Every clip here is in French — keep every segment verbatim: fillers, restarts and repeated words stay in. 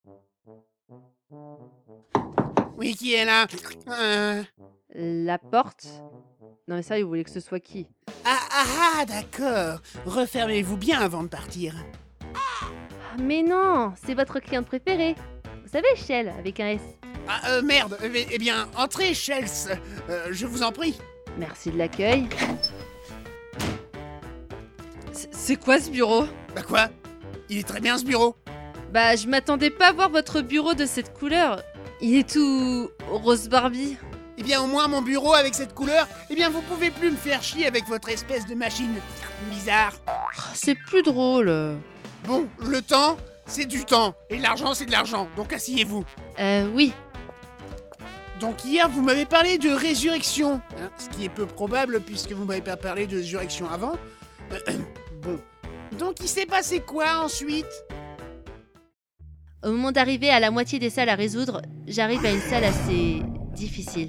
Oui, qui est là? euh... La porte? Non mais ça, vous voulez que ce soit qui? Ah, ah, ah, d'accord. Refermez-vous bien avant de partir. Mais non, c'est votre cliente préférée. Vous savez, Shell, avec un S. Ah, euh, merde. Eh, eh bien, entrez, Shells. Euh, je vous en prie. Merci de l'accueil. C'est quoi ce bureau? Bah quoi? Il est très bien ce bureau. Bah, je m'attendais pas à voir votre bureau de cette couleur. Il est tout rose Barbie. Eh bien, au moins, mon bureau avec cette couleur, eh bien, vous pouvez plus me faire chier avec votre espèce de machine bizarre. C'est plus drôle. Bon, le temps, c'est du temps. Et l'argent, c'est de l'argent. Donc, asseyez-vous. Euh, oui. Donc, hier, vous m'avez parlé de résurrection. Hein, ce qui est peu probable, puisque vous m'avez pas parlé de résurrection avant. Bon. Donc, il s'est passé quoi ensuite? Au moment d'arriver à la moitié des salles à résoudre, j'arrive à une salle assez difficile.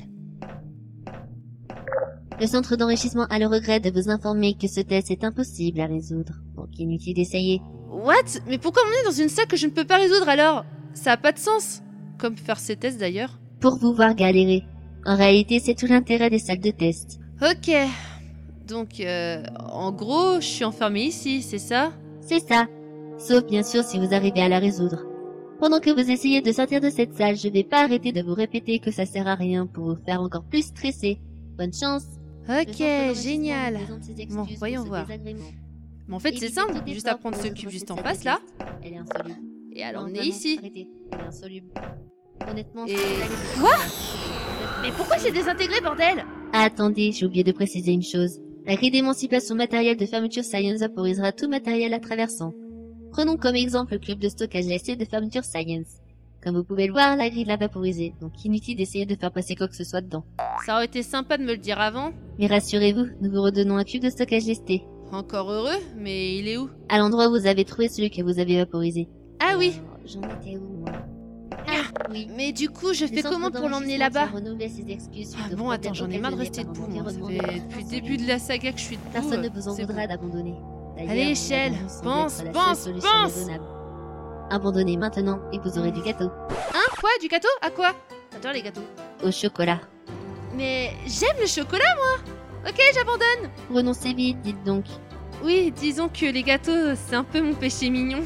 Le centre d'enrichissement a le regret de vous informer que ce test est impossible à résoudre, donc inutile d'essayer. What? Mais pourquoi on est dans une salle que je ne peux pas résoudre alors? Ça a pas de sens. Comme faire ces tests d'ailleurs. Pour vous voir galérer. En réalité, c'est tout l'intérêt des salles de test. Ok. Donc, euh, en gros, je suis enfermée ici, c'est ça? C'est ça. Sauf bien sûr si vous arrivez à la résoudre. Pendant que vous essayez de sortir de cette salle, je vais pas arrêter de vous répéter que ça sert à rien pour vous faire encore plus stresser. Bonne chance. Ok, génial. Bon, voyons voir. Mais en fait, c'est simple, juste à prendre ce cube juste en face, là. Elle est insoluble. Et alors, on Non, est non, ici. arrêtez. Elle est insoluble. Honnêtement, Et... c'est- Quoi? Mais pourquoi c'est désintégré, bordel? Ah, attendez, j'ai oublié de préciser une chose. La grille d'émancipation matérielle de fermeture Science vaporisera tout matériel la traversant. Prenons comme exemple le club de stockage glacé de fermeture Science. Comme vous pouvez le voir, la grille l'a vaporisé, donc inutile d'essayer de faire passer quoi que ce soit dedans. Ça aurait été sympa de me le dire avant. Mais rassurez-vous, nous vous redonnons un cube de stockage lesté. Encore heureux, mais il est où? À l'endroit où vous avez trouvé celui que vous avez vaporisé. Ah oui. Alors, j'en étais où, moi? Ah, oui. Mais du coup, je Le fais centre comment pour l'emmener là-bas? d'enrichissement tient renouvelé ses excuses suite Ah aux bon, attends, problèmes j'en ai marre de occasionnés rester par un debout, moi. Ça environnement fait depuis le début de la saga que je suis debout. Personne ne vous c'est en voudra bon. d'abandonner. D'ailleurs, Allez, Shell, l'abandon semble pense, être la pense, seule solution pense. raisonnable. Abandonnez maintenant et vous aurez du gâteau. Hein? Quoi? Du gâteau? À quoi? J'adore les gâteaux. Au chocolat. Mais j'aime le chocolat, moi. Ok, j'abandonne. Renoncez vite, dites donc. Oui, disons que les gâteaux, c'est un peu mon péché mignon.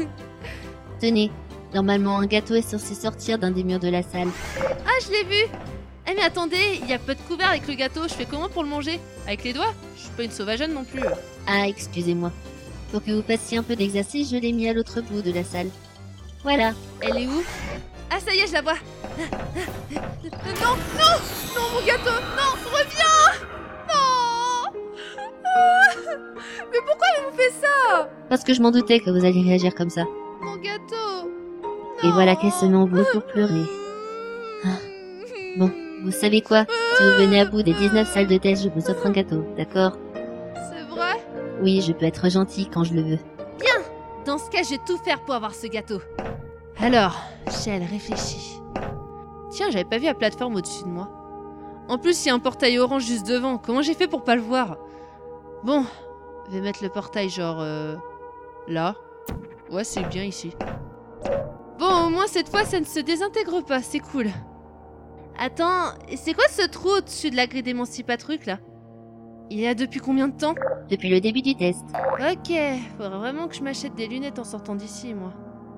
Tenez, normalement un gâteau est censé sortir d'un des murs de la salle. Ah, je l'ai vu. Eh mais attendez, il y a pas de couvert avec le gâteau. Je fais comment pour le manger? Avec les doigts? Je suis pas une sauvageonne non plus. Ah, excusez-moi. Pour que vous fassiez un peu d'exercice, je l'ai mis à l'autre bout de la salle. Voilà. Elle est où? Ah, ça y est, je la vois. Non, non, non, mon gâteau, non, reviens. Non. Ah. Mais pourquoi elle vous fait ça? Parce que je m'en doutais que vous alliez réagir comme ça. Mon gâteau. Et voilà qu'elle se met en bout pour pleurer. Ah. Bon, vous savez quoi? Si vous venez à bout des dix-neuf salles de test, je vous offre un gâteau, d'accord? C'est vrai? Oui, je peux être gentil quand je le veux. Dans ce cas, je vais tout faire pour avoir ce gâteau. Alors, Shell, réfléchis. Tiens, j'avais pas vu la plateforme au-dessus de moi. En plus, il y a un portail orange juste devant. Comment j'ai fait pour pas le voir? Bon, je vais mettre le portail genre... Euh, là. Ouais, c'est bien ici. Bon, au moins cette fois, ça ne se désintègre pas. C'est cool. Attends, c'est quoi ce trou au-dessus de la grille d'émancipatruc, là? Il est là depuis combien de temps? Depuis le début du test. Ok, faudrait vraiment que je m'achète des lunettes en sortant d'ici, moi.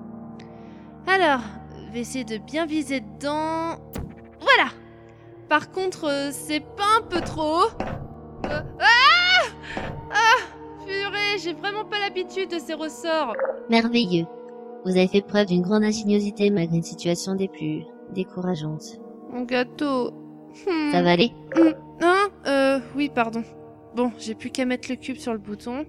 Alors, je vais essayer de bien viser dedans. Voilà! Par contre, euh, c'est pas un peu trop haut? Euh, Ah! Ah! Purée, j'ai vraiment pas l'habitude de ces ressorts. Merveilleux. Vous avez fait preuve d'une grande ingéniosité malgré une situation des plus décourageantes. Mon gâteau. Hmm. Ça va aller? Hmm. Hein? Euh, oui, pardon. Bon, j'ai plus qu'à mettre le cube sur le bouton.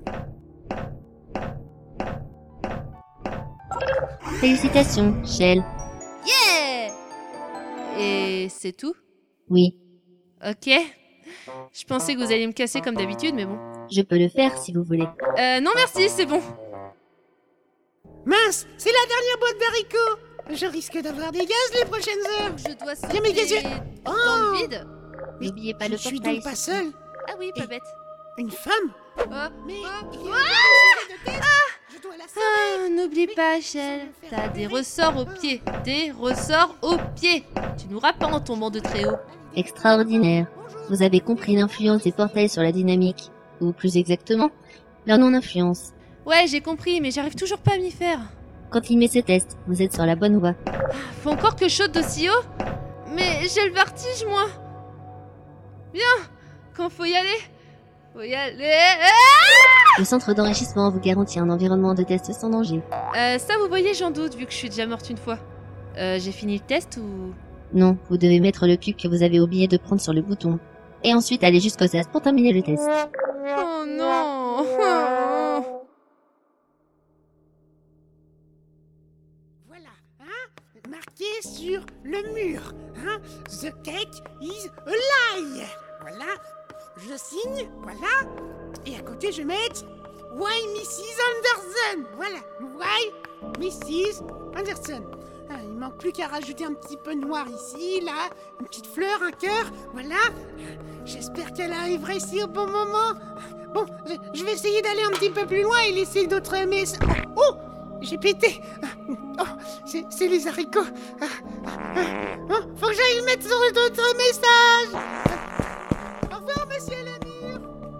Félicitations, Shell. Yeah! Et c'est tout? Oui, Ok. Je pensais que vous alliez me casser comme d'habitude, mais bon. je peux le faire si vous voulez. Euh, non merci, c'est bon. Mince, c'est la dernière boîte d'haricots. Je risque d'avoir des gaz les prochaines heures. Je dois Tiens, mes sauter gaz- dans Oh! le vide. Mais N'oubliez pas je le suis portail. donc pas seule. Ah oui, pas Et- bête. Une femme? Ah, Mais ah, il y a un sujet de test. Je dois la la Ah, n'oublie pas, Shell, t'as des ressorts aux pieds. Des ressorts aux pieds. Tu nous pas en tombant de très haut. Extraordinaire. Vous avez compris l'influence des portails sur la dynamique. Ou plus exactement, leur non-influence. Ouais, j'ai compris, mais j'arrive toujours pas à m'y faire. Continuez ce test, vous êtes sur la bonne voie. Faut encore que je saute d'aussi haut? Mais j'ai le vertige, moi. Bien, quand faut y aller, faut y aller. Ah Le centre d'enrichissement vous garantit un environnement de test sans danger. euh, ça, vous voyez, j'en doute, vu que je suis déjà morte une fois. Euh, j'ai fini le test ou... Non, vous devez mettre le cube que vous avez oublié de prendre sur le bouton. Et ensuite aller jusqu'au sas pour terminer le test. Oh non. Voilà, hein, marqué sur le mur, hein, The cake is a lie. Voilà, je signe, voilà, et à côté je vais mettre Why missus Anderson. Voilà, Why missus Anderson. Ah, il manque plus qu'à rajouter un petit peu de noir ici, là, une petite fleur, un cœur, voilà. J'espère qu'elle arrivera ici au bon moment. Bon, je, je vais essayer d'aller un petit peu plus loin et laisser d'autres messages. Oh, oh, j'ai pété. Oh, c'est, c'est les haricots. Ah, ah, ah, faut que j'aille mettre sur d'autres messages. Au revoir, monsieur Lemire.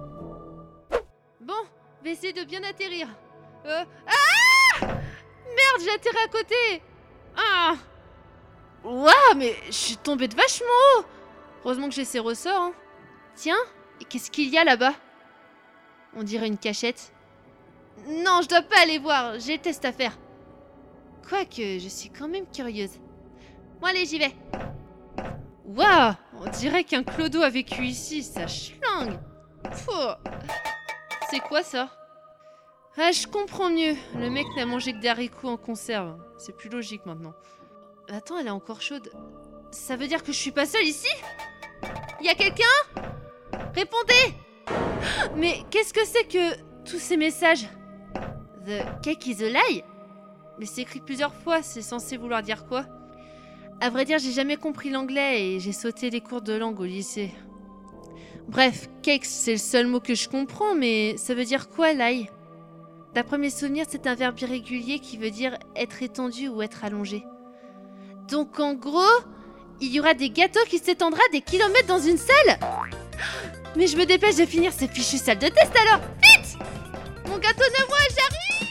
Bon, je vais essayer de bien atterrir. Euh... Ah Merde, j'ai atterri à côté. Ah Waouh, mais je suis tombée de vachement haut. Heureusement que j'ai ces ressorts, hein. Tiens, et qu'est-ce qu'il y a là-bas? On dirait une cachette. Non, je dois pas aller voir, j'ai le test à faire. Quoique, je suis quand même curieuse. Bon allez, j'y vais. Waouh, on dirait qu'un clodo a vécu ici, ça schlingue. Pouh. C'est quoi ça? Ah, je comprends mieux. Le mec n'a mangé que des haricots en conserve. C'est plus logique maintenant. Attends, elle est encore chaude. Ça veut dire que je suis pas seule ici? Y a quelqu'un? Répondez! Mais qu'est-ce que c'est que tous ces messages? The cake is a lie? Mais c'est écrit plusieurs fois, c'est censé vouloir dire quoi? À vrai dire, j'ai jamais compris l'anglais et j'ai sauté les cours de langue au lycée. Bref, cake, c'est le seul mot que je comprends, mais ça veut dire quoi, lie? D'après mes souvenirs, c'est un verbe irrégulier qui veut dire être étendu ou être allongé. Donc en gros, il y aura des gâteaux qui s'étendra des kilomètres dans une salle. Mais je me dépêche de finir ces fichues salles de test alors. Vite! Mon gâteau de moi, j'arrive!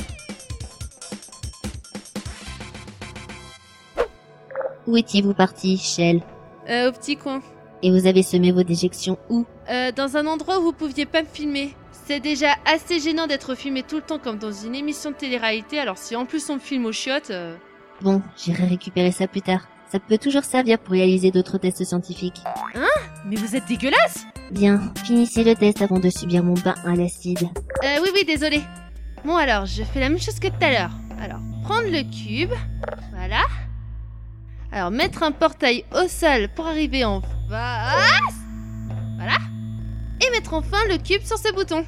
Où étiez-vous parti, Shell? Euh, au petit coin. Et vous avez semé vos déjections où? Euh, dans un endroit où vous pouviez pas me filmer. C'est déjà assez gênant d'être filmé tout le temps comme dans une émission de télé-réalité, alors si en plus on me filme aux chiottes... Euh... Bon, j'irai récupérer ça plus tard. Ça peut toujours servir pour réaliser d'autres tests scientifiques. Hein? Mais vous êtes dégueulasse! Bien, finissez le test avant de subir mon bain à l'acide. Euh, oui, oui, désolé. Bon alors, je fais la même chose que tout à l'heure. Alors, prendre le cube, voilà. Alors, mettre un portail au sol pour arriver en face. Voilà. Et mettre enfin le cube sur ce bouton.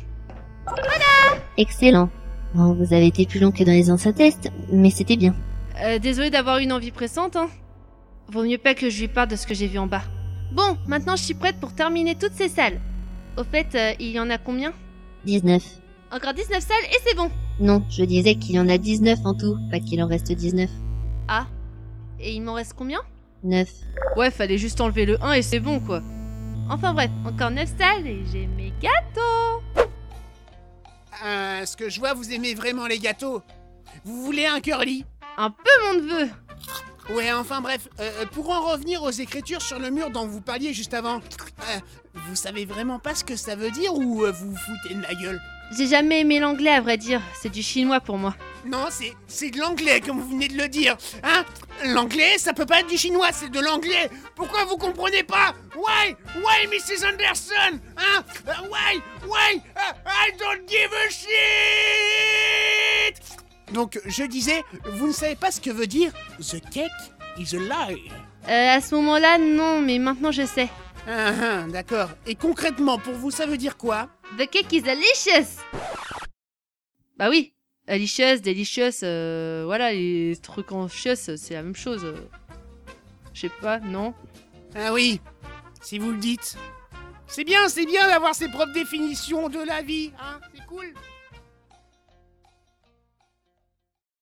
Excellent. Bon, vous avez été plus long que dans les anciens tests, mais c'était bien. Euh, désolé d'avoir une envie pressante, hein. Vaut mieux pas que je lui parle de ce que j'ai vu en bas. Bon, maintenant je suis prête pour terminer toutes ces salles. Au fait, euh, il y en a combien? dix-neuf. Encore dix-neuf salles et c'est bon. Non, je disais qu'il y en a dix-neuf en tout, pas qu'il en reste dix-neuf. Ah. Et il m'en reste combien? neuf. Ouais, fallait juste enlever le un et c'est bon, quoi. Enfin bref, encore neuf salles et j'ai mes gâteaux. Euh, ce que je vois, vous aimez vraiment les gâteaux. Vous voulez un curly? Un peu mon neveu. Ouais, enfin bref, euh, pour en revenir aux écritures sur le mur dont vous parliez juste avant, euh, vous savez vraiment pas ce que ça veut dire ou euh, vous vous foutez de ma gueule? J'ai jamais aimé l'anglais, à vrai dire. C'est du chinois pour moi. Non, c'est, c'est de l'anglais, comme vous venez de le dire. Hein? L'anglais, ça peut pas être du chinois, c'est de l'anglais. Pourquoi vous comprenez pas? Why? Why, missus Anderson? Hein? Uh, why? Why? Uh, I don't give a shit! Donc, je disais, vous ne savez pas ce que veut dire The cake is a lie. Euh, à ce moment-là, non, mais maintenant je sais. Ah, ah, d'accord. Et concrètement, pour vous, ça veut dire quoi? The cake is delicious. Bah oui, delicious, delicious, euh, voilà, les trucs en chios, c'est la même chose. euh. Je sais pas, non? Ah oui, si vous le dites. C'est bien, c'est bien d'avoir ses propres définitions de la vie, hein, c'est cool.